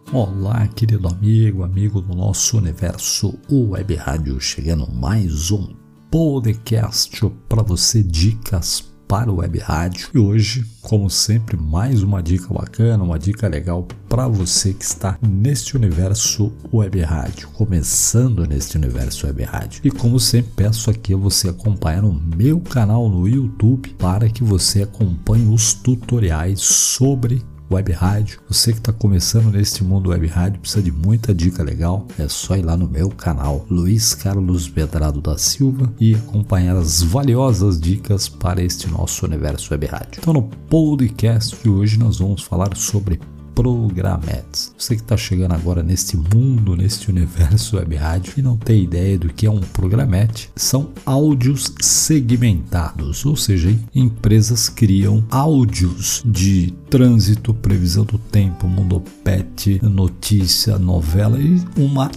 Olá, querido amigo do nosso universo Web Rádio, chegando mais um podcast para você, dicas para o Web Rádio. E hoje, como sempre, mais uma dica bacana, uma dica legal para você que está neste universo Web Rádio, começando neste universo Web Rádio. E como sempre, peço aqui a você acompanhar o meu canal no YouTube para que você acompanhe os tutoriais sobre Web Rádio. Você que está começando neste mundo Web Rádio precisa de muita dica legal, é só ir lá no meu canal Luiz Carlos Medrado da Silva e acompanhar as valiosas dicas para este nosso universo Web Rádio. Então, no podcast de hoje nós vamos falar sobre Programetes. Você que está chegando agora neste mundo, neste universo Web Rádio e não tem ideia do que é um Programete, são áudios segmentados, ou seja, empresas criam áudios de trânsito, previsão do tempo, mundo pet, notícia, novela e uma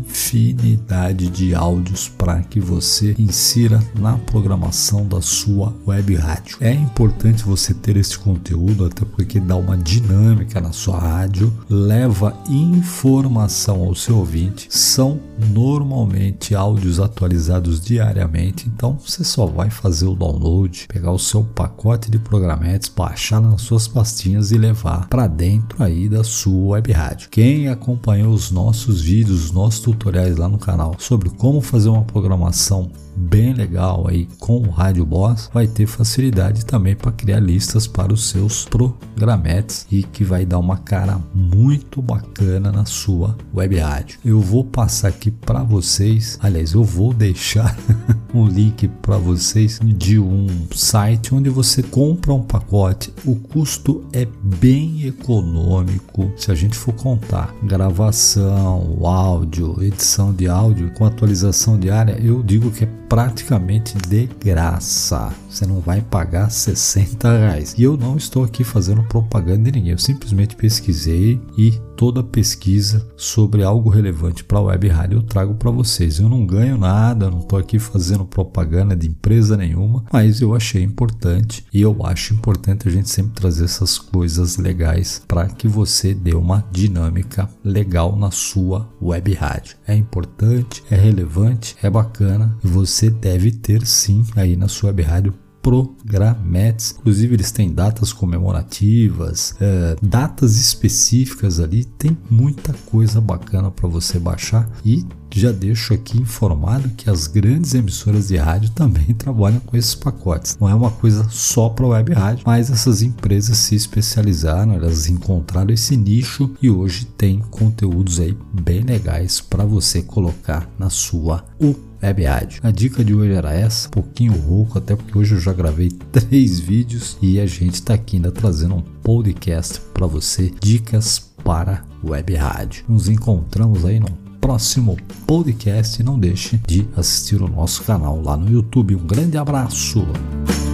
infinidade de áudios para que você insira na programação da sua Web Rádio. É importante você ter esse conteúdo, até porque dá uma dinâmica na sua rádio, leva informação ao seu ouvinte, são normalmente áudios atualizados diariamente, então você só vai fazer o download, pegar o seu pacote de Programetes, baixar nas suas pastinhas e levar para dentro aí da sua Web Rádio. Quem acompanhou os nossos vídeos, os nossos tutoriais lá no canal sobre como fazer uma programação bem legal aí com o Rádio Boss, vai ter facilidade também para criar listas para os seus Programetes e que vai dar uma cara muito bacana na sua Web Rádio. Eu vou passar aqui para vocês, aliás, eu vou deixar um link para vocês de um site onde você compra um pacote. O custo é bem econômico. Se a gente for contar gravação, áudio, edição de áudio com atualização diária, eu digo que é praticamente de graça. Você não vai pagar R$60. E eu não estou aqui fazendo propaganda de ninguém. Eu simplesmente pesquisei e toda pesquisa sobre algo relevante para a Web Rádio eu trago para vocês. Eu não ganho nada, não estou aqui fazendo propaganda de empresa nenhuma, mas eu achei importante e eu acho importante a gente sempre trazer essas coisas legais para que você dê uma dinâmica legal na sua Web Rádio. É importante, é relevante, é bacana e você deve ter sim aí na sua Web Rádio Programetes. Inclusive eles têm datas comemorativas, datas específicas ali, tem muita coisa bacana para você baixar. E já deixo aqui informado que as grandes emissoras de rádio também trabalham com esses pacotes. Não é uma coisa só para Web Rádio, mas essas empresas se especializaram, elas encontraram esse nicho e hoje tem conteúdos aí bem legais para você colocar na sua Web Rádio. A dica de hoje era essa, um pouquinho rouco, até porque hoje eu já gravei 3 vídeos e a gente está aqui ainda trazendo um podcast para você, dicas para Web Rádio. Nos encontramos aí no próximo podcast e não deixe de assistir o nosso canal lá no YouTube. Um grande abraço!